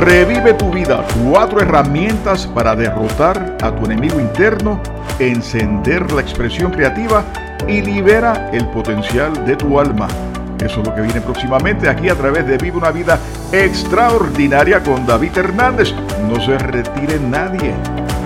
Revive tu vida. 4 herramientas para derrotar a tu enemigo interno, encender la expresión creativa y libera el potencial de tu alma. Eso es lo que viene próximamente aquí a través de Vive una Vida Extraordinaria con David Hernández. No se retire nadie.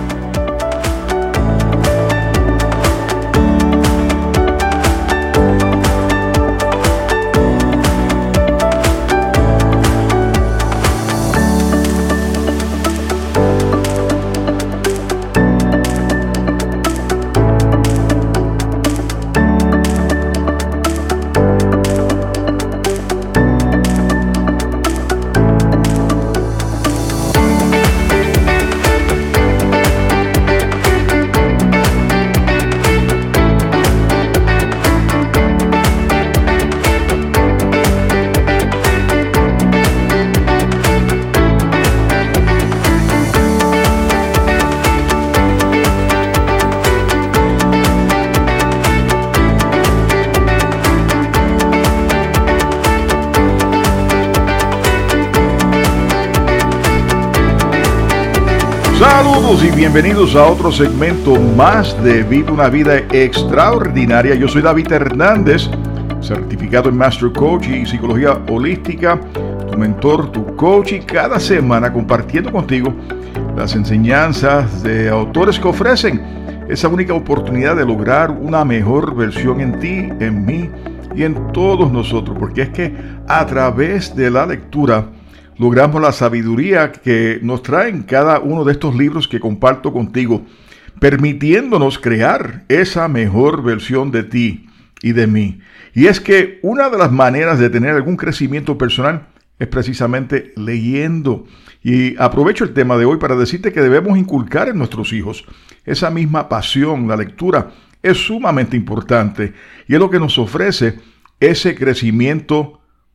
Saludos y bienvenidos a otro segmento más de Vive una Vida Extraordinaria. Yo soy David Hernández, certificado en Master Coach y Psicología Holística, tu mentor, tu coach, y cada semana compartiendo contigo las enseñanzas de autores que ofrecen esa única oportunidad de lograr una mejor versión en ti, en mí y en todos nosotros, porque es que a través de la lectura logramos la sabiduría que nos traen cada uno de estos libros que comparto contigo, permitiéndonos crear esa mejor versión de ti y de mí. Y es que una de las maneras de tener algún crecimiento personal es precisamente leyendo. Y aprovecho el tema de hoy para decirte que debemos inculcar en nuestros hijos esa misma pasión. La lectura es sumamente importante y es lo que nos ofrece ese crecimiento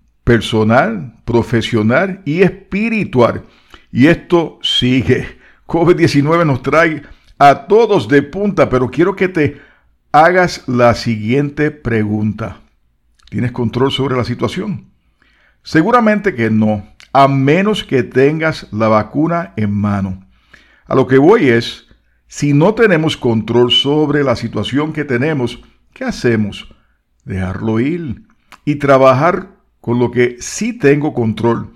personal, profesional y espiritual. Y esto sigue. COVID-19 nos trae a todos de punta, pero quiero que te hagas la siguiente pregunta. ¿Tienes control sobre la situación? Seguramente que no, a menos que tengas la vacuna en mano. A lo que voy es, si no tenemos control sobre la situación que tenemos, ¿qué hacemos? Dejarlo ir y trabajar con lo que sí tengo control.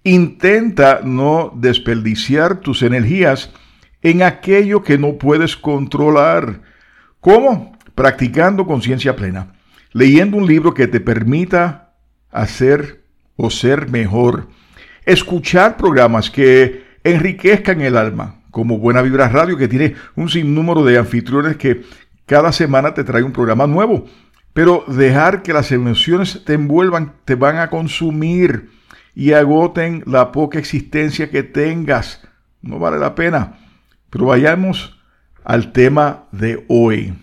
Intenta no desperdiciar tus energías en aquello que no puedes controlar. ¿Cómo? Practicando conciencia plena, leyendo un libro que te permita hacer o ser mejor, escuchar programas que enriquezcan el alma, como Buena Vibra Radio, que tiene un sinnúmero de anfitriones que cada semana te trae un programa nuevo. Pero dejar que las emociones te envuelvan, te van a consumir y agoten la poca existencia que tengas. No vale la pena. Pero vayamos al tema de hoy.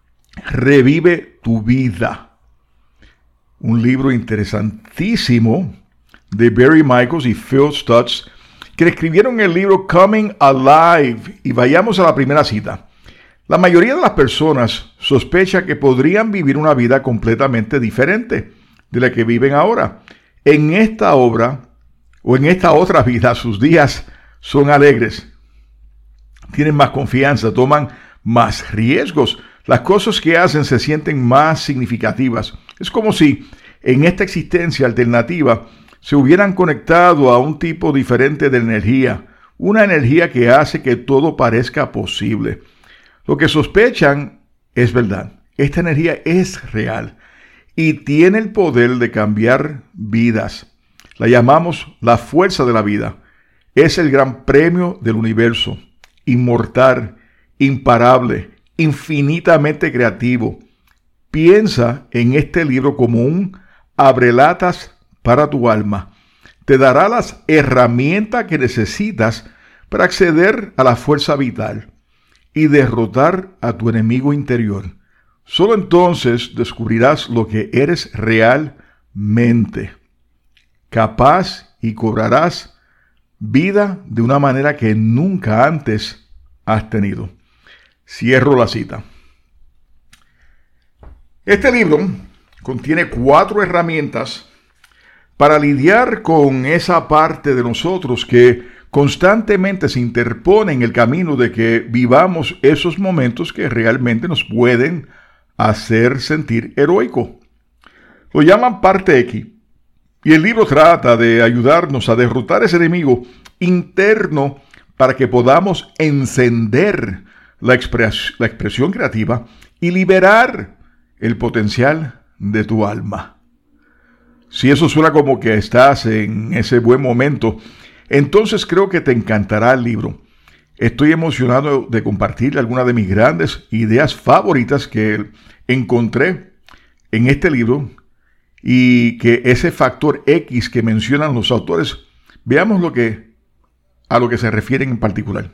Revive tu vida. Un libro interesantísimo de Barry Michaels y Phil Stutz, que escribieron el libro Coming Alive. Y vayamos a la primera cita. La mayoría de las personas sospecha que podrían vivir una vida completamente diferente de la que viven ahora. En esta obra o en esta otra vida, sus días son alegres. Tienen más confianza, toman más riesgos. Las cosas que hacen se sienten más significativas. Es como si en esta existencia alternativa se hubieran conectado a un tipo diferente de energía. Una energía que hace que todo parezca posible. Lo que sospechan es verdad. Esta energía es real y tiene el poder de cambiar vidas. La llamamos la fuerza de la vida. Es el gran premio del universo, inmortal, imparable, infinitamente creativo. Piensa en este libro como un abrelatas para tu alma. Te dará las herramientas que necesitas para acceder a la fuerza vital y derrotar a tu enemigo interior. Solo entonces descubrirás lo que eres realmente capaz y cobrarás vida de una manera que nunca antes has tenido. Cierro la cita. Este libro contiene 4 herramientas para lidiar con esa parte de nosotros que constantemente se interpone en el camino de que vivamos esos momentos que realmente nos pueden hacer sentir heroico. Lo llaman parte X. Y el libro trata de ayudarnos a derrotar ese enemigo interno para que podamos encender la expresión creativa y liberar el potencial de tu alma. Si eso suena como que estás en ese buen momento, entonces creo que te encantará el libro. Estoy emocionado de compartir algunas de mis grandes ideas favoritas que encontré en este libro y que ese factor X que mencionan los autores, veamos a lo que se refieren en particular.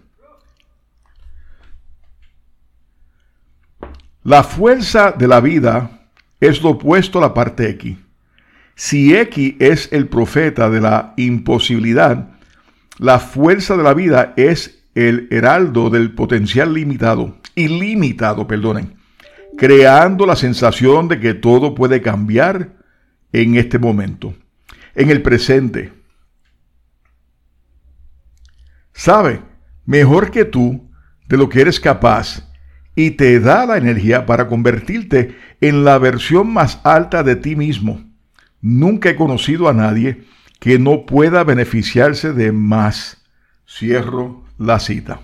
La fuerza de la vida es lo opuesto a la parte X. Si X es el profeta de la imposibilidad, la fuerza de la vida es el heraldo del potencial ilimitado, creando la sensación de que todo puede cambiar en este momento, en el presente. Sabe mejor que tú de lo que eres capaz y te da la energía para convertirte en la versión más alta de ti mismo. Nunca he conocido a nadie que no pueda beneficiarse de más. Cierro la cita.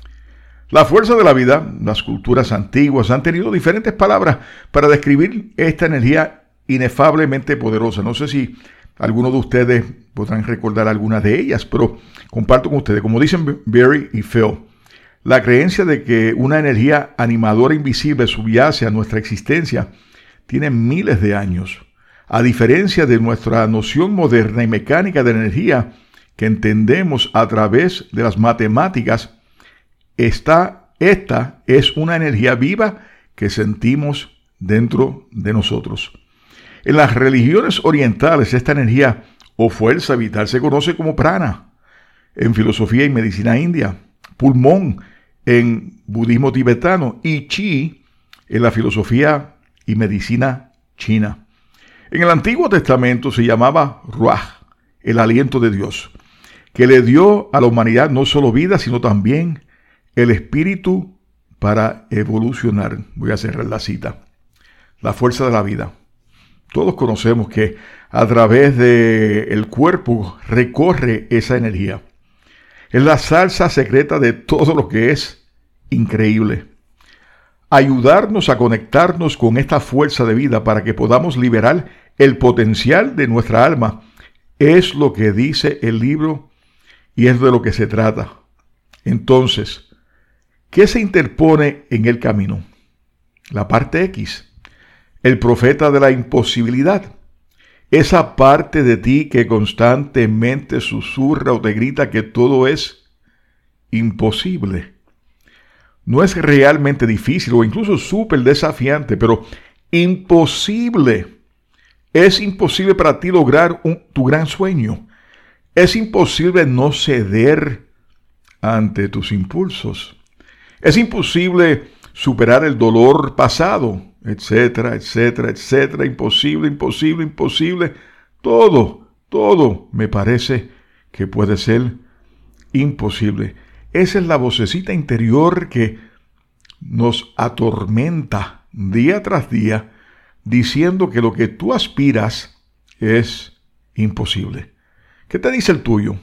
La fuerza de la vida, las culturas antiguas han tenido diferentes palabras para describir esta energía inefablemente poderosa. No sé si algunos de ustedes podrán recordar algunas de ellas, pero comparto con ustedes. Como dicen Barry y Phil, la creencia de que una energía animadora invisible subyace a nuestra existencia tiene miles de años. A diferencia de nuestra noción moderna y mecánica de energía que entendemos a través de las matemáticas, esta es una energía viva que sentimos dentro de nosotros. En las religiones orientales, esta energía o fuerza vital se conoce como prana, en filosofía y medicina india, pulmón en budismo tibetano y chi en la filosofía y medicina china. En el Antiguo Testamento se llamaba Ruach, el aliento de Dios, que le dio a la humanidad no solo vida, sino también el espíritu para evolucionar. Voy a cerrar la cita. La fuerza de la vida. Todos conocemos que a través del cuerpo recorre esa energía. Es la salsa secreta de todo lo que es increíble. Ayudarnos a conectarnos con esta fuerza de vida para que podamos liberar el potencial de nuestra alma es lo que dice el libro y es de lo que se trata. Entonces, ¿qué se interpone en el camino? La parte X, el profeta de la imposibilidad. Esa parte de ti que constantemente susurra o te grita que todo es imposible. No es realmente difícil o incluso súper desafiante, pero imposible. Es imposible para ti lograr tu gran sueño. Es imposible no ceder ante tus impulsos. Es imposible superar el dolor pasado, etcétera, etcétera, etcétera. Imposible, imposible, imposible. Todo me parece que puede ser imposible. Esa es la vocecita interior que nos atormenta día tras día, diciendo que lo que tú aspiras es imposible. ¿Qué te dice el tuyo?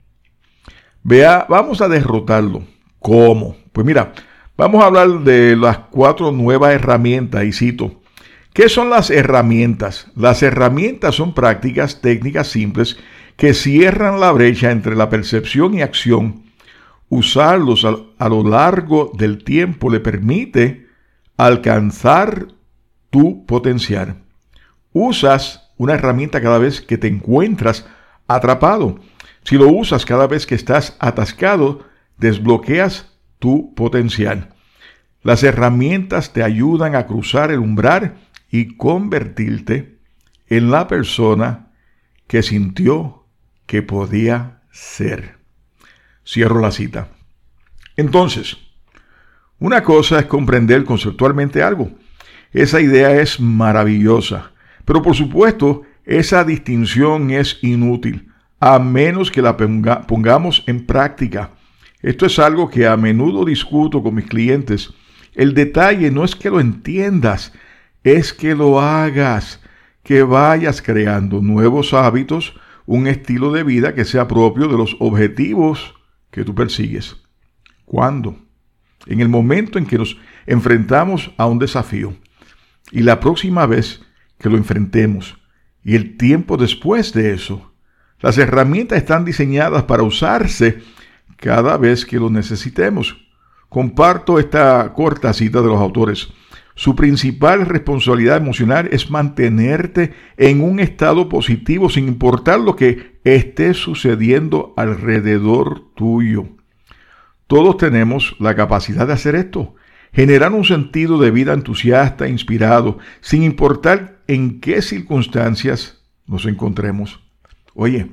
Vamos a derrotarlo. ¿Cómo? Pues mira, vamos a hablar de las 4 nuevas herramientas y cito. ¿Qué son las herramientas? Las herramientas son prácticas técnicas simples que cierran la brecha entre la percepción y acción. Usarlos a lo largo del tiempo le permite alcanzar tu potencial. Usas una herramienta cada vez que te encuentras atrapado. Si lo usas cada vez que estás atascado, desbloqueas tu potencial. Las herramientas te ayudan a cruzar el umbral y convertirte en la persona que sintió que podía ser. Cierro la cita. Entonces, una cosa es comprender conceptualmente algo. Esa idea es maravillosa, pero por supuesto, esa distinción es inútil. a menos que la pongamos en práctica. Esto es algo que a menudo discuto con mis clientes. El detalle no es que lo entiendas, es que lo hagas, que vayas creando nuevos hábitos, un estilo de vida que sea propio de los objetivos que tú persigues. ¿Cuándo? En el momento en que nos enfrentamos a un desafío y la próxima vez que lo enfrentemos y el tiempo después de eso. Las herramientas están diseñadas para usarse cada vez que lo necesitemos. Comparto esta corta cita de los autores. Su principal responsabilidad emocional es mantenerte en un estado positivo sin importar lo que esté sucediendo alrededor tuyo. Todos tenemos la capacidad de hacer esto. Generar un sentido de vida entusiasta, inspirado, sin importar en qué circunstancias nos encontremos. Oye,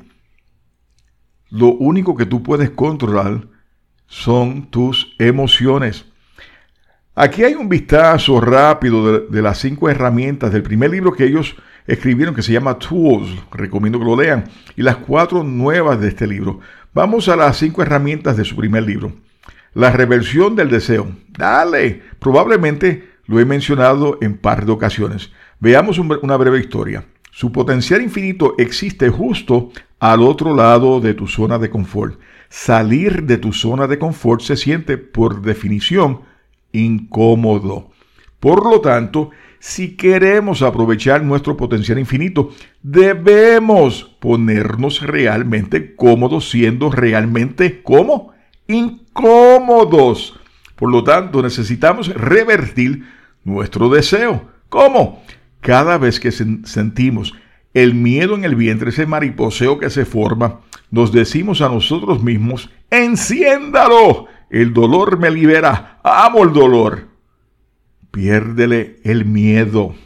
lo único que tú puedes controlar son tus emociones. Aquí hay un vistazo rápido de las 5 herramientas del primer libro que ellos escribieron, que se llama Tools. Recomiendo que lo lean. Y las 4 nuevas de este libro. Vamos a las 5 herramientas de su primer libro. La reversión del deseo. Dale, probablemente lo he mencionado en par de ocasiones. Veamos una breve historia. Su potencial infinito existe justo al otro lado de tu zona de confort. Salir de tu zona de confort se siente, por definición, incómodo. Por lo tanto, si queremos aprovechar nuestro potencial infinito, debemos ponernos realmente cómodos, siendo realmente, ¿cómo? Incómodos. Por lo tanto, necesitamos revertir nuestro deseo. ¿Cómo? Cada vez que sentimos el miedo en el vientre, ese mariposeo que se forma, nos decimos a nosotros mismos: ¡enciéndalo! El dolor me libera. ¡Amo el dolor! Piérdele el miedo.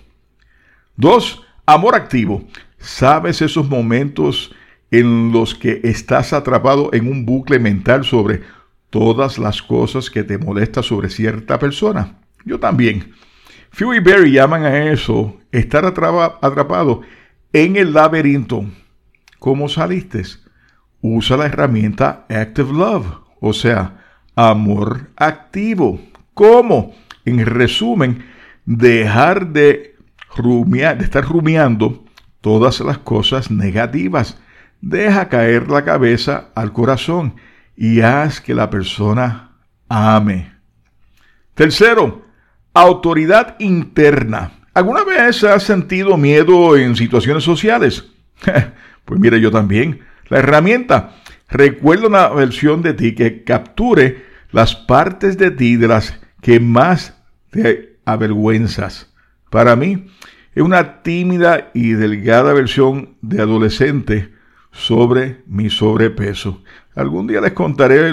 2. Amor activo. ¿Sabes esos momentos en los que estás atrapado en un bucle mental sobre todas las cosas que te molestan sobre cierta persona? Yo también. Phil y Barry llaman a eso estar atrapado en el laberinto. ¿Cómo saliste? Usa la herramienta Active Love, o sea, amor activo. ¿Cómo? En resumen, dejar de estar rumiando todas las cosas negativas. Deja caer la cabeza al corazón y haz que la persona ame. 3. Autoridad interna. ¿Alguna vez has sentido miedo en situaciones sociales? Pues mira, yo también. La herramienta: recuerda una versión de ti que capture las partes de ti de las que más te avergüenzas. Para mí, es una tímida y delgada versión de adolescente sobre mi sobrepeso. Algún día les contaré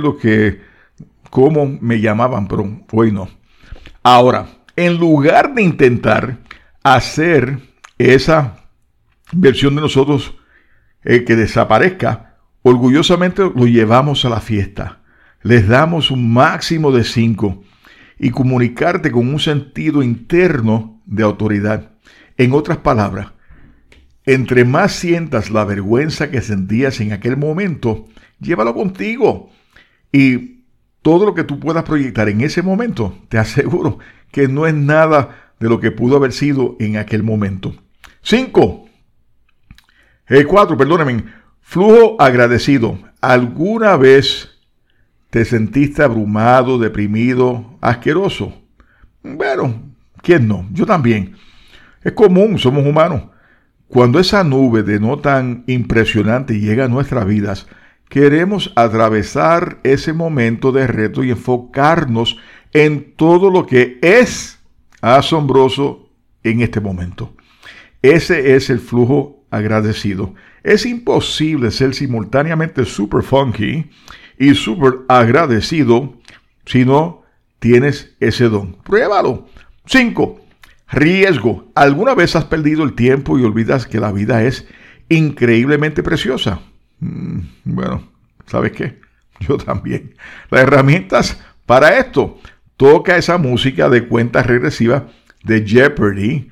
cómo me llamaban, pero hoy no. Ahora, en lugar de intentar hacer esa versión de nosotros que desaparezca, orgullosamente lo llevamos a la fiesta. Les damos un máximo de 5 y comunicarte con un sentido interno de autoridad. En otras palabras, entre más sientas la vergüenza que sentías en aquel momento, llévalo contigo. Y todo lo que tú puedas proyectar en ese momento, te aseguro que no es nada de lo que pudo haber sido en aquel momento. 4, perdónenme. Flujo agradecido. ¿Alguna vez te sentiste abrumado, deprimido, asqueroso? Bueno, ¿quién no? Yo también. Es común, somos humanos. Cuando esa nube de no tan impresionante llega a nuestras vidas, queremos atravesar ese momento de reto y enfocarnos en todo lo que es asombroso en este momento. Ese es el flujo agradecido. Es imposible ser simultáneamente super funky y super agradecido si no tienes ese don. Pruébalo. 5. Riesgo. ¿Alguna vez has perdido el tiempo y olvidas que la vida es increíblemente preciosa? Bueno, ¿sabes qué? Yo también. Las herramientas para esto: toca esa música de cuenta regresiva de Jeopardy.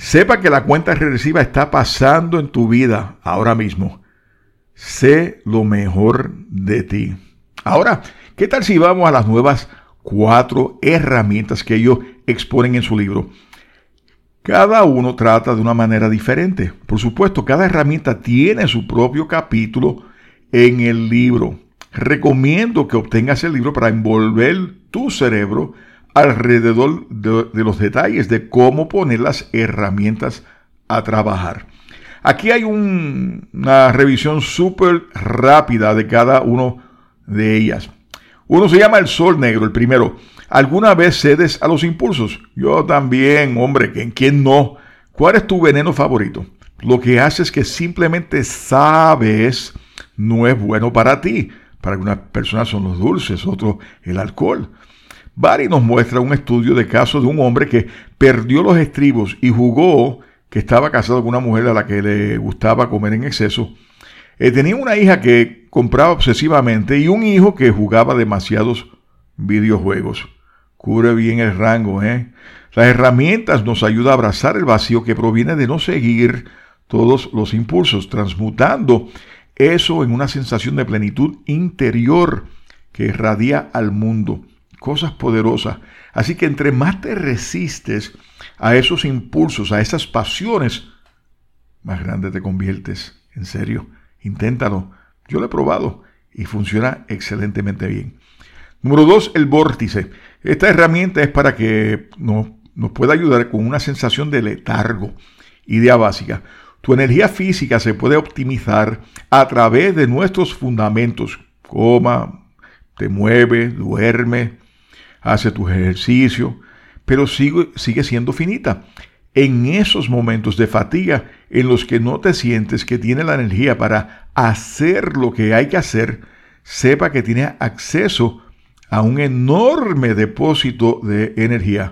Sepa que la cuenta regresiva está pasando en tu vida ahora mismo. Sé lo mejor de ti. Ahora, ¿qué tal si vamos a las nuevas 4 herramientas que ellos exponen en su libro? Cada uno trata de una manera diferente. Por supuesto, cada herramienta tiene su propio capítulo en el libro. Recomiendo que obtengas el libro para envolver tu cerebro alrededor de los detalles de cómo poner las herramientas a trabajar. Aquí hay una revisión súper rápida de cada uno de ellas. Uno se llama el sol negro, el primero. ¿Alguna vez cedes a los impulsos? Yo también, hombre, ¿quién no? ¿Cuál es tu veneno favorito? Lo que hace es que simplemente sabes no es bueno para ti. Para algunas personas son los dulces, otros el alcohol. Barry nos muestra un estudio de caso de un hombre que perdió los estribos y jugó que estaba casado con una mujer a la que le gustaba comer en exceso. Tenía una hija que compraba obsesivamente y un hijo que jugaba demasiados videojuegos. Cubre bien el rango, ¿eh? Las herramientas nos ayudan a abrazar el vacío que proviene de no seguir todos los impulsos, transmutando eso en una sensación de plenitud interior que irradia al mundo. Cosas poderosas. Así que entre más te resistes a esos impulsos, a esas pasiones, más grande te conviertes. En serio, inténtalo. Yo lo he probado y funciona excelentemente bien. Número 2, el vórtice. Esta herramienta es para que nos pueda ayudar con una sensación de letargo. Idea básica. Tu energía física se puede optimizar a través de nuestros fundamentos. Coma, te mueve, duerme, hace tu ejercicio, pero sigue siendo finita. En esos momentos de fatiga en los que no te sientes que tienes la energía para hacer lo que hay que hacer, sepa que tienes acceso a un enorme depósito de energía.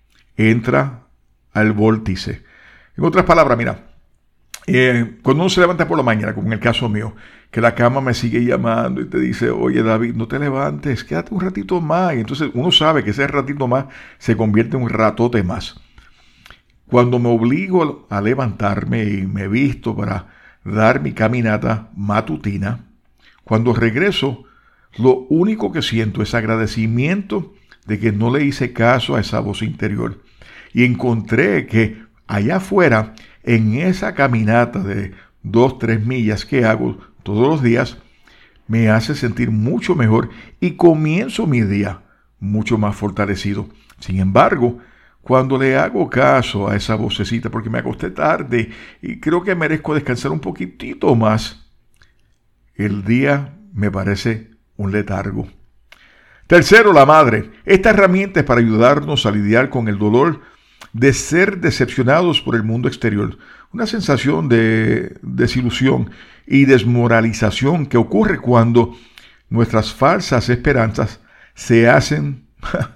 Entra al vórtice. En otras palabras, mira, cuando uno se levanta por la mañana, como en el caso mío, que la cama me sigue llamando y te dice, oye David, no te levantes, quédate un ratito más. Y entonces uno sabe que ese ratito más se convierte en un ratote más. Cuando me obligo a levantarme y me visto para dar mi caminata matutina, cuando regreso, lo único que siento es agradecimiento de que no le hice caso a esa voz interior. Y encontré que allá afuera, en esa caminata de 2-3 millas que hago todos los días, me hace sentir mucho mejor y comienzo mi día mucho más fortalecido. Sin embargo, cuando le hago caso a esa vocecita, porque me acosté tarde y creo que merezco descansar un poquitito más, el día me parece un letargo. Tercero, la madre. Esta herramienta es para ayudarnos a lidiar con el dolor de ser decepcionados por el mundo exterior. Una sensación de desilusión y desmoralización que ocurre cuando nuestras falsas esperanzas se hacen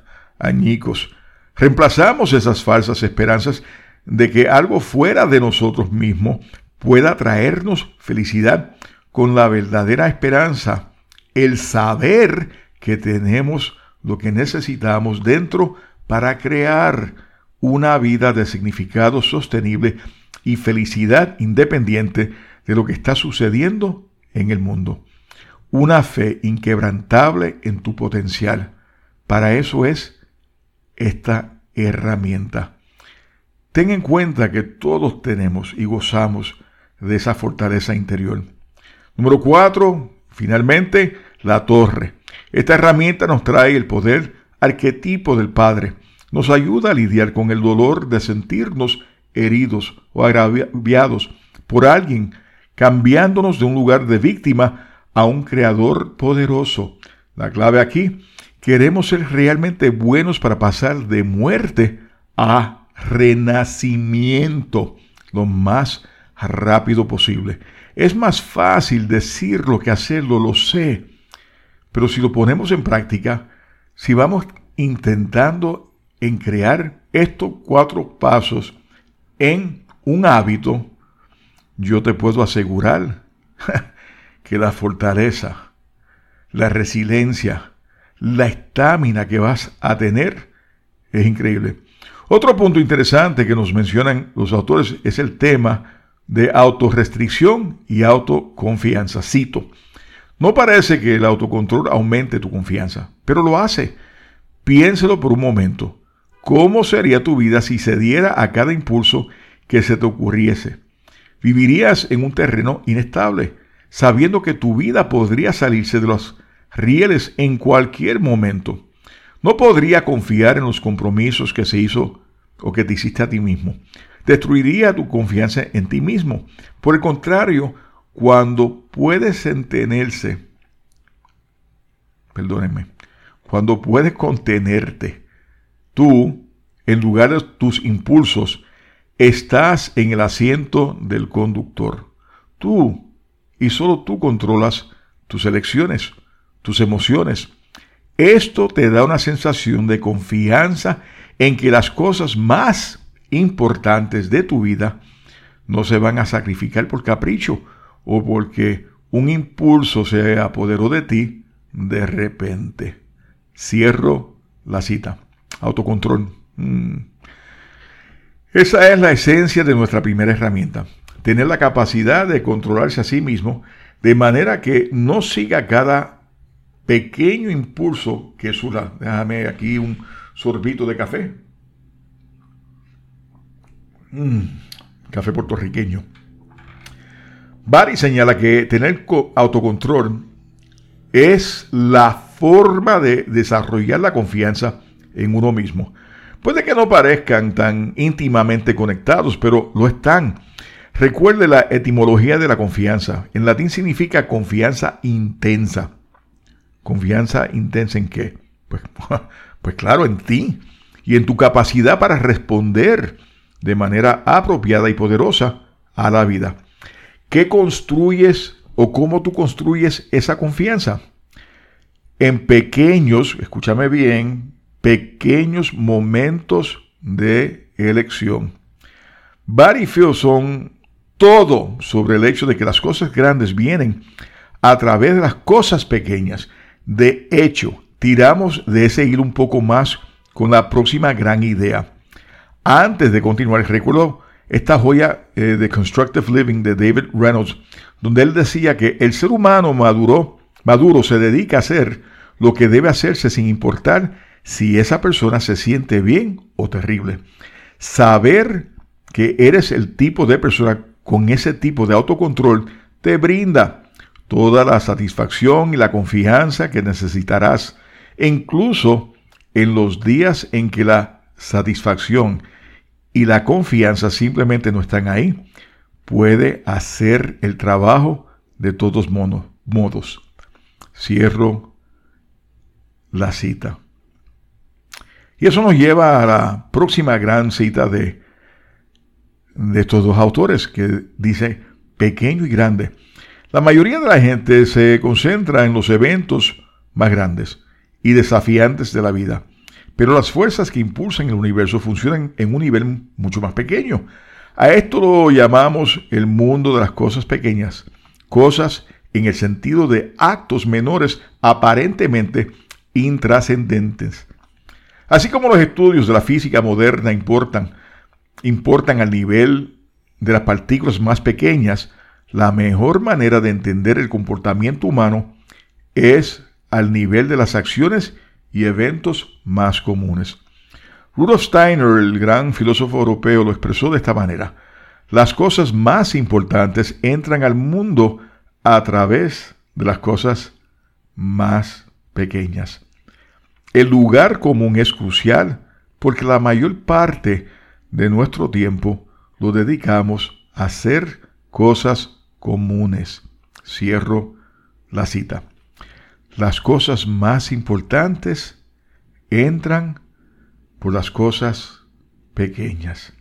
añicos. Reemplazamos esas falsas esperanzas de que algo fuera de nosotros mismos pueda traernos felicidad con la verdadera esperanza, el saber que tenemos lo que necesitamos dentro para crear una vida de significado sostenible y felicidad independiente de lo que está sucediendo en el mundo. Una fe inquebrantable en tu potencial. Para eso es esta herramienta. Ten en cuenta que todos tenemos y gozamos de esa fortaleza interior. Número 4, finalmente, la torre. Esta herramienta nos trae el poder arquetipo del Padre. Nos ayuda a lidiar con el dolor de sentirnos heridos o agraviados por alguien, cambiándonos de un lugar de víctima a un creador poderoso. La clave aquí, queremos ser realmente buenos para pasar de muerte a renacimiento lo más rápido posible. Es más fácil decirlo que hacerlo, lo sé, pero si lo ponemos en práctica, si vamos intentando en crear estos 4 pasos en un hábito, yo te puedo asegurar que la fortaleza, la resiliencia, la estamina que vas a tener es increíble. Otro punto interesante que nos mencionan los autores es el tema de autorrestricción y autoconfianza. Cito: no parece que el autocontrol aumente tu confianza, pero lo hace. Piénselo por un momento. ¿Cómo sería tu vida si cediera a cada impulso que se te ocurriese? Vivirías en un terreno inestable, sabiendo que tu vida podría salirse de los rieles en cualquier momento. No podría confiar en los compromisos que se hizo o que te hiciste a ti mismo. Destruiría tu confianza en ti mismo. Por el contrario, cuando puedes cuando puedes contenerte, tú, en lugar de tus impulsos, estás en el asiento del conductor. Tú, y solo tú, controlas tus elecciones, tus emociones. Esto te da una sensación de confianza en que las cosas más importantes de tu vida no se van a sacrificar por capricho o porque un impulso se apoderó de ti de repente. Cierro la cita. Autocontrol. Esa es la esencia de nuestra primera herramienta. Tener la capacidad de controlarse a sí mismo de manera que no siga cada pequeño impulso que surja. Déjame aquí un sorbito de café. Café puertorriqueño. Barry señala que tener autocontrol es la forma de desarrollar la confianza en uno mismo. Puede que no parezcan tan íntimamente conectados, pero lo están. Recuerde la etimología de la confianza. En latín significa confianza intensa. ¿Confianza intensa en qué? Pues claro, en ti y en tu capacidad para responder de manera apropiada y poderosa a la vida. ¿Qué construyes o cómo tú construyes esa confianza? En pequeños, escúchame bien, pequeños momentos de elección. Barry y Phil son todo sobre el hecho de que las cosas grandes vienen a través de las cosas pequeñas. De hecho, tiramos de ese hilo un poco más con la próxima gran idea. Antes de continuar, recuerdo esta joya de Constructive Living de David Reynolds, donde él decía que el ser humano maduro se dedica a hacer lo que debe hacerse sin importar si esa persona se siente bien o terrible. Saber que eres el tipo de persona con ese tipo de autocontrol te brinda toda la satisfacción y la confianza que necesitarás, incluso en los días en que la satisfacción y la confianza simplemente no están ahí. Puede hacer el trabajo de todos modos. Cierro la cita. Y eso nos lleva a la próxima gran cita de estos dos autores, que dice pequeño y grande. La mayoría de la gente se concentra en los eventos más grandes y desafiantes de la vida, pero las fuerzas que impulsan el universo funcionan en un nivel mucho más pequeño. A esto lo llamamos el mundo de las cosas pequeñas, cosas en el sentido de actos menores aparentemente intrascendentes. Así como los estudios de la física moderna importan al nivel de las partículas más pequeñas, la mejor manera de entender el comportamiento humano es al nivel de las acciones y eventos más comunes. Rudolf Steiner, el gran filósofo europeo, lo expresó de esta manera: las cosas más importantes entran al mundo a través de las cosas más pequeñas. El lugar común es crucial porque la mayor parte de nuestro tiempo lo dedicamos a hacer cosas comunes. Cierro la cita. Las cosas más importantes entran por las cosas pequeñas.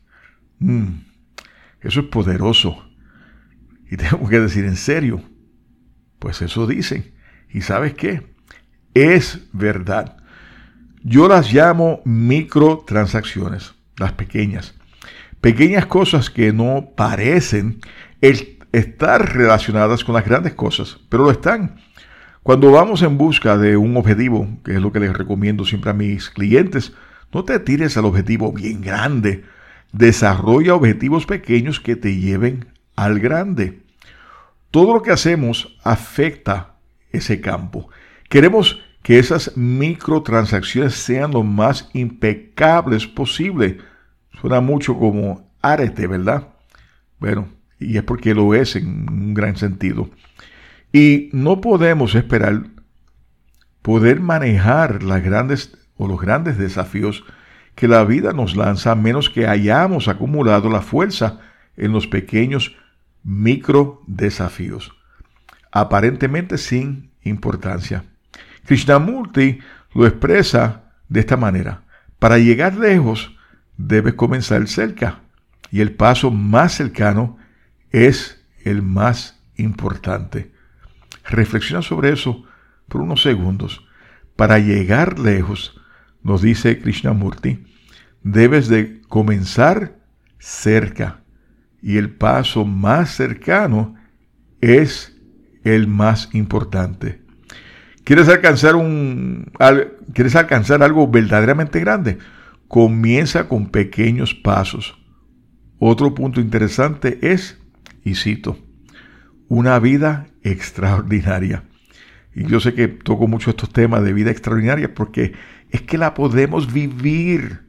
Eso es poderoso. Y tengo que decir, ¿en serio? Pues eso dicen. ¿Y sabes qué? Es verdad. Yo las llamo microtransacciones, las pequeñas. Pequeñas cosas que no parecen estar relacionadas con las grandes cosas, pero lo están. Cuando vamos en busca de un objetivo, que es lo que les recomiendo siempre a mis clientes, No te tires al objetivo bien grande. Desarrolla objetivos pequeños que te lleven al grande. Todo lo que hacemos afecta ese campo. Queremos que esas microtransacciones sean lo más impecables posible. Suena mucho como arte, ¿verdad? Bueno, y es porque lo es en un gran sentido. Y no podemos esperar poder manejar los grandes desafíos que la vida nos lanza a menos que hayamos acumulado la fuerza en los pequeños micro desafíos, aparentemente sin importancia. Krishnamurti lo expresa de esta manera: para llegar lejos debes comenzar cerca, y el paso más cercano es el más importante. Reflexiona sobre eso por unos segundos. Para llegar lejos, nos dice Krishnamurti, debes de comenzar cerca, y el paso más cercano es el más importante. ¿Quieres alcanzar algo verdaderamente grande? Comienza con pequeños pasos. Otro punto interesante es, y cito, una vida extraordinaria. Y yo sé que toco mucho estos temas de vida extraordinaria porque es que la podemos vivir.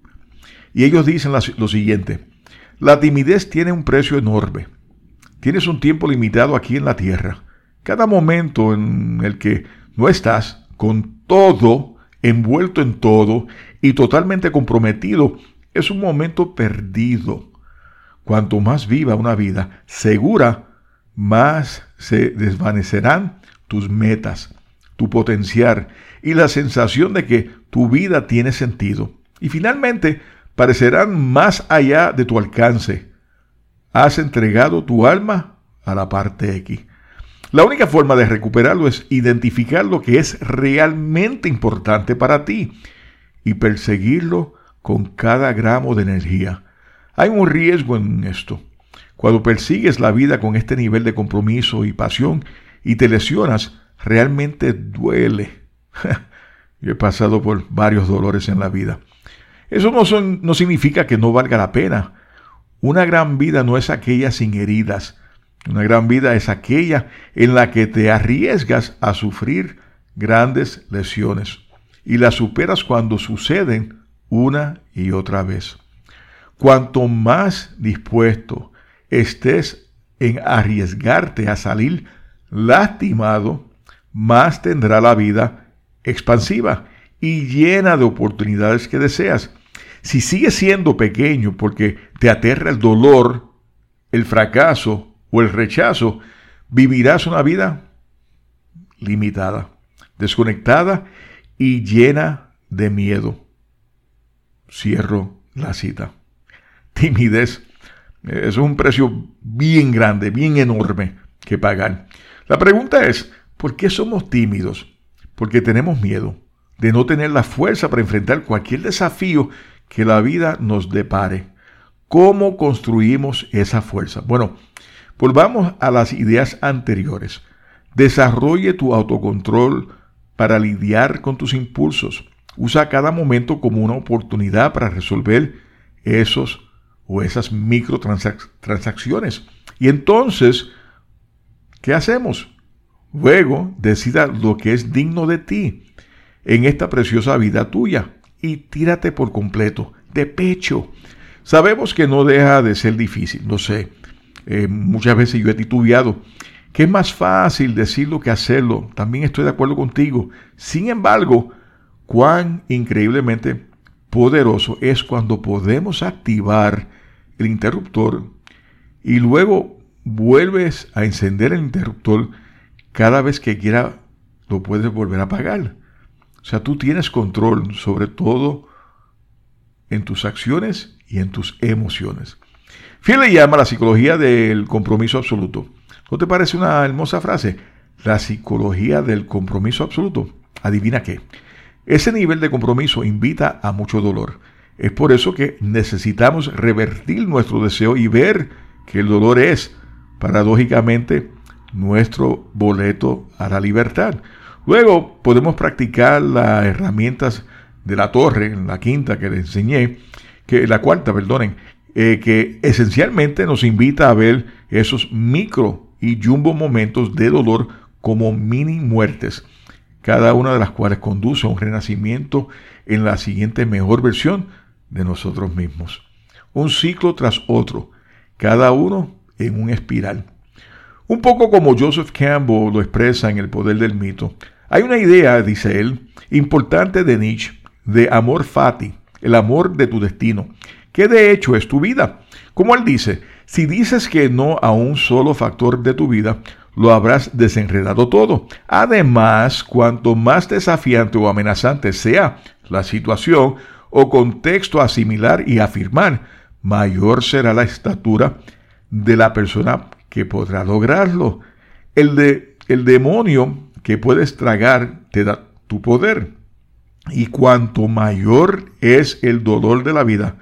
Y ellos dicen lo siguiente: la timidez tiene un precio enorme. Tienes un tiempo limitado aquí en la tierra. Cada momento en el que no estás con todo, envuelto en todo y totalmente comprometido, es un momento perdido. Cuanto más viva una vida segura, más se desvanecerán tus metas, tu potencial y la sensación de que tu vida tiene sentido. Y finalmente, parecerán más allá de tu alcance. Has entregado tu alma a la parte X. La única forma de recuperarlo es identificar lo que es realmente importante para ti y perseguirlo con cada gramo de energía. Hay un riesgo en esto. Cuando persigues la vida con este nivel de compromiso y pasión y te lesionas, realmente duele. Yo he pasado por varios dolores en la vida. Eso no significa que no valga la pena. Una gran vida no es aquella sin heridas. Una gran vida es aquella en la que te arriesgas a sufrir grandes lesiones y las superas cuando suceden una y otra vez. Cuanto más dispuesto estés en arriesgarte a salir lastimado, más tendrá la vida expansiva y llena de oportunidades que deseas. Si sigues siendo pequeño porque te aterra el dolor, el fracaso o el rechazo, vivirás una vida limitada, desconectada y llena de miedo. Cierro la cita. Timidez es un precio bien grande, bien enorme que pagar. La pregunta es, ¿por qué somos tímidos? Porque tenemos miedo de no tener la fuerza para enfrentar cualquier desafío que la vida nos depare. ¿Cómo construimos esa fuerza? Bueno, volvamos a las ideas anteriores. Desarrolle tu autocontrol para lidiar con tus impulsos. Usa cada momento como una oportunidad para resolver esas microtransacciones. Y entonces, ¿qué hacemos? Luego, decida lo que es digno de ti en esta preciosa vida tuya y tírate por completo, de pecho. Sabemos que no deja de ser difícil, lo sé. Muchas veces yo he titubeado, que es más fácil decirlo que hacerlo. También estoy de acuerdo contigo. Sin embargo, cuán increíblemente poderoso es cuando podemos activar el interruptor y luego vuelves a encender el interruptor cada vez que quiera, lo puedes volver a apagar. O sea, tú tienes control sobre todo en tus acciones y en tus emociones. Phil le llama la psicología del compromiso absoluto. ¿No te parece una hermosa frase? La psicología del compromiso absoluto. ¿Adivina qué? Ese nivel de compromiso invita a mucho dolor. Es por eso que necesitamos revertir nuestro deseo y ver que el dolor es, paradójicamente, nuestro boleto a la libertad. Luego podemos practicar las herramientas de la torre, en la quinta que les enseñé, la cuarta, perdonen, que esencialmente nos invita a ver esos micro y jumbo momentos de dolor como mini muertes, cada una de las cuales conduce a un renacimiento en la siguiente mejor versión de nosotros mismos. Un ciclo tras otro, cada uno en un espiral. Un poco como Joseph Campbell lo expresa en El poder del mito. Hay una idea, dice él, importante de Nietzsche, de amor fati, el amor de tu destino, que de hecho es tu vida. Como él dice, si dices que no a un solo factor de tu vida, lo habrás desenredado todo. Además, cuanto más desafiante o amenazante sea la situación o contexto a asimilar y afirmar, mayor será la estatura de la persona que podrá lograrlo. El demonio que puedes tragar te da tu poder. Y cuanto mayor es el dolor de la vida,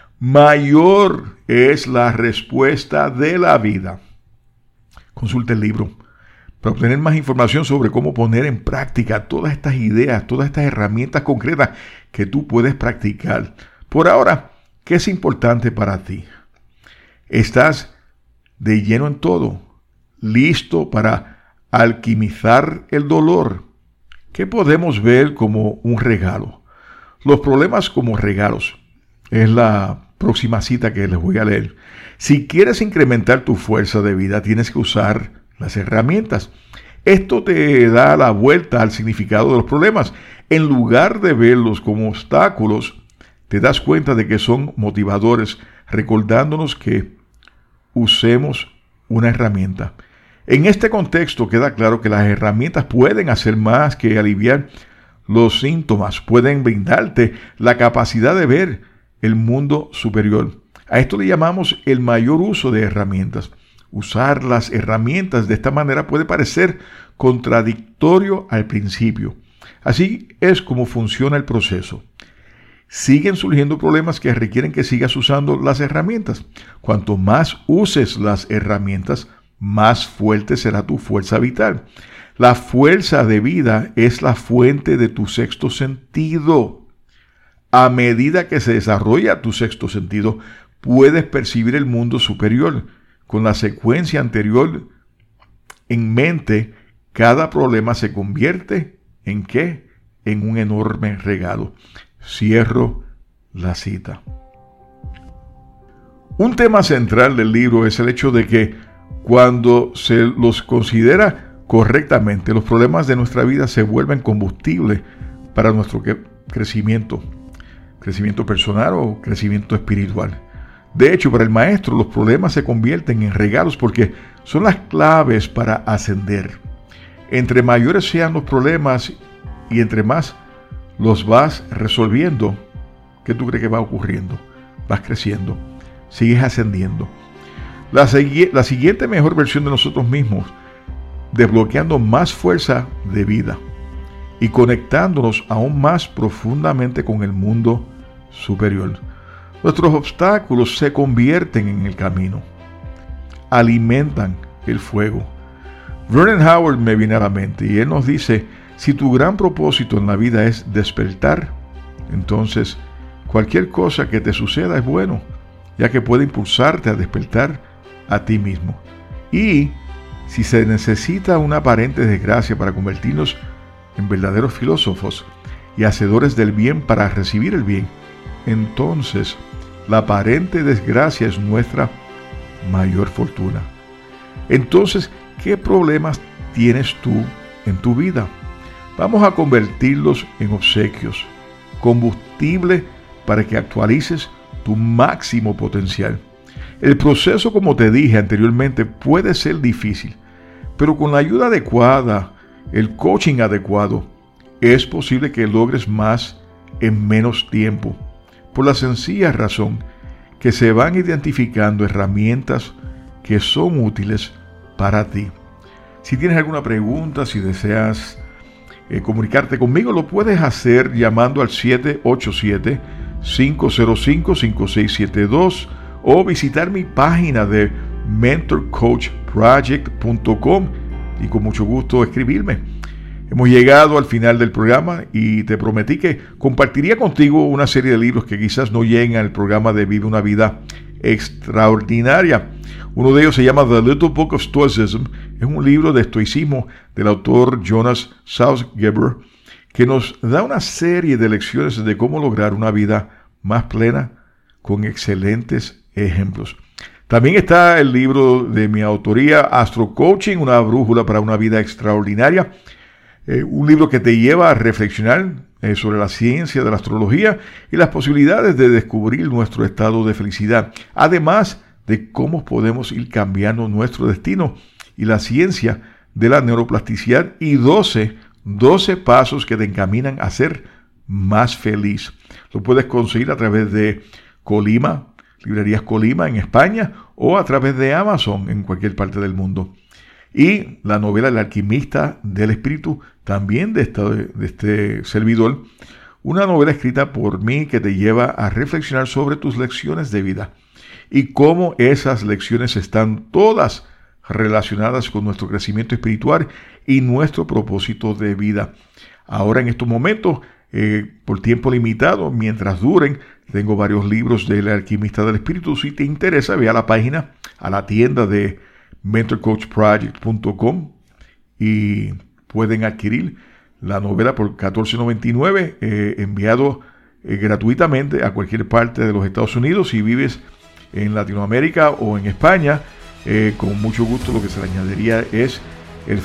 mayor es la respuesta de la vida. Consulta el libro para obtener más información sobre cómo poner en práctica todas estas ideas, todas estas herramientas concretas que tú puedes practicar. Por ahora, ¿qué es importante para ti? ¿Estás de lleno en todo? ¿Listo para alquimizar el dolor? ¿Qué podemos ver como un regalo? Los problemas como regalos. Es la próxima cita que les voy a leer. Si quieres incrementar tu fuerza de vida, tienes que usar las herramientas. Esto te da la vuelta al significado de los problemas. En lugar de verlos como obstáculos, te das cuenta de que son motivadores, recordándonos que usemos una herramienta. En este contexto queda claro que las herramientas pueden hacer más que aliviar los síntomas, pueden brindarte la capacidad de ver el mundo superior. A esto le llamamos el mayor uso de herramientas. Usar las herramientas de esta manera puede parecer contradictorio al principio. Así es como funciona el proceso. Siguen surgiendo problemas que requieren que sigas usando las herramientas. Cuanto más uses las herramientas, más fuerte será tu fuerza vital. La fuerza de vida es la fuente de tu sexto sentido. A medida que se desarrolla tu sexto sentido, puedes percibir el mundo superior. Con la secuencia anterior en mente, cada problema se convierte ¿en qué? En un enorme regalo. Cierro la cita. Un tema central del libro es el hecho de que cuando se los considera correctamente, los problemas de nuestra vida se vuelven combustible para nuestro crecimiento personal o crecimiento espiritual. De hecho, para el maestro, los problemas se convierten en regalos porque son las claves para ascender. Entre mayores sean los problemas y entre más los vas resolviendo, ¿qué tú crees que va ocurriendo? Vas creciendo, sigues ascendiendo. La siguiente mejor versión de nosotros mismos, desbloqueando más fuerza de vida y conectándonos aún más profundamente con el mundo superior. Nuestros obstáculos se convierten en el camino, alimentan el fuego. Vernon Howard me viene a la mente y él nos dice, si tu gran propósito en la vida es despertar, entonces cualquier cosa que te suceda es bueno, ya que puede impulsarte a despertar a ti mismo. Y si se necesita una aparente desgracia para convertirnos en verdaderos filósofos y hacedores del bien para recibir el bien, entonces la aparente desgracia es nuestra mayor fortuna. Entonces, ¿qué problemas tienes tú en tu vida? Vamos a convertirlos en obsequios, combustible para que actualices tu máximo potencial. El proceso, como te dije anteriormente, puede ser difícil, pero con la ayuda adecuada, el coaching adecuado, es posible que logres más en menos tiempo, por la sencilla razón que se van identificando herramientas que son útiles para ti. Si tienes alguna pregunta, si deseas comunicarte conmigo, lo puedes hacer llamando al 787-505-5672 o visitar mi página de mentorcoachproject.com y con mucho gusto escribirme. Hemos llegado al final del programa y te prometí que compartiría contigo una serie de libros que quizás no lleguen al programa de Vive una Vida Extraordinaria. Uno de ellos se llama The Little Book of Stoicism. Es un libro de estoicismo del autor Jonas Salzgeber, que nos da una serie de lecciones de cómo lograr una vida más plena con excelentes ejemplos. También está el libro de mi autoría, Astro Coaching, una brújula para una vida extraordinaria. Un libro que te lleva a reflexionar sobre la ciencia de la astrología y las posibilidades de descubrir nuestro estado de felicidad, además de cómo podemos ir cambiando nuestro destino y la ciencia de la neuroplasticidad y 12 pasos que te encaminan a ser más feliz. Lo puedes conseguir a través de Colima, librerías Colima en España, o a través de Amazon en cualquier parte del mundo. Y la novela El alquimista del espíritu, también de este servidor, una novela escrita por mí que te lleva a reflexionar sobre tus lecciones de vida y cómo esas lecciones están todas relacionadas con nuestro crecimiento espiritual y nuestro propósito de vida. Ahora en estos momentos, por tiempo limitado, mientras duren, tengo varios libros del alquimista del espíritu. Si te interesa, ve a la página, a la tienda de mentorcoachproject.com y pueden adquirir la novela por $14.99, enviado gratuitamente a cualquier parte de los Estados Unidos. Si vives en Latinoamérica o en España, con mucho gusto lo que se le añadiría es el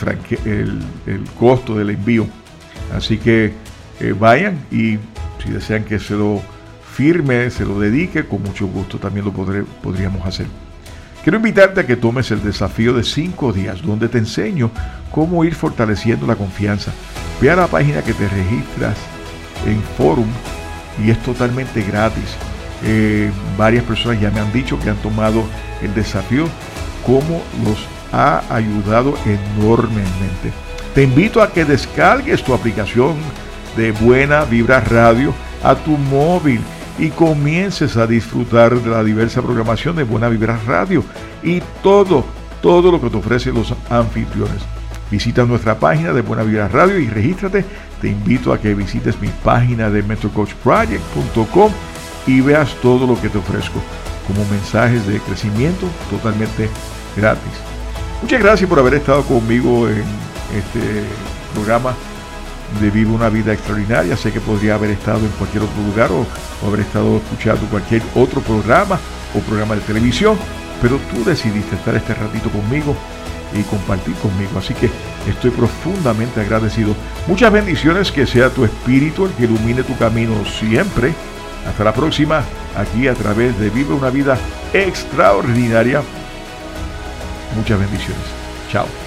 costo del envío. Así que vayan, y si desean que se lo firme, se lo dedique, con mucho gusto también lo podríamos hacer. Quiero invitarte a que tomes el desafío de 5 días, donde te enseño cómo ir fortaleciendo la confianza. Ve a la página que te registras en Forum y es totalmente gratis. Varias personas ya me han dicho que han tomado el desafío, cómo los ha ayudado enormemente. Te invito a que descargues tu aplicación de Buena Vibra Radio a tu móvil y comiences a disfrutar de la diversa programación de Buena Vibra Radio y todo lo que te ofrecen los anfitriones. Visita nuestra página de Buena Vibra Radio y regístrate. Te invito a que visites mi página de mentorcoachproject.com y veas todo lo que te ofrezco como mensajes de crecimiento totalmente gratis. Muchas gracias por haber estado conmigo en este programa de Vive una Vida Extraordinaria. Sé que podría haber estado en cualquier otro lugar o haber estado escuchando cualquier otro programa o programa de televisión, pero tú decidiste estar este ratito conmigo y compartir conmigo, así que estoy profundamente agradecido. Muchas bendiciones, que sea tu espíritu el que ilumine tu camino siempre. Hasta la próxima, aquí a través de Vive una Vida Extraordinaria. Muchas bendiciones. Chao.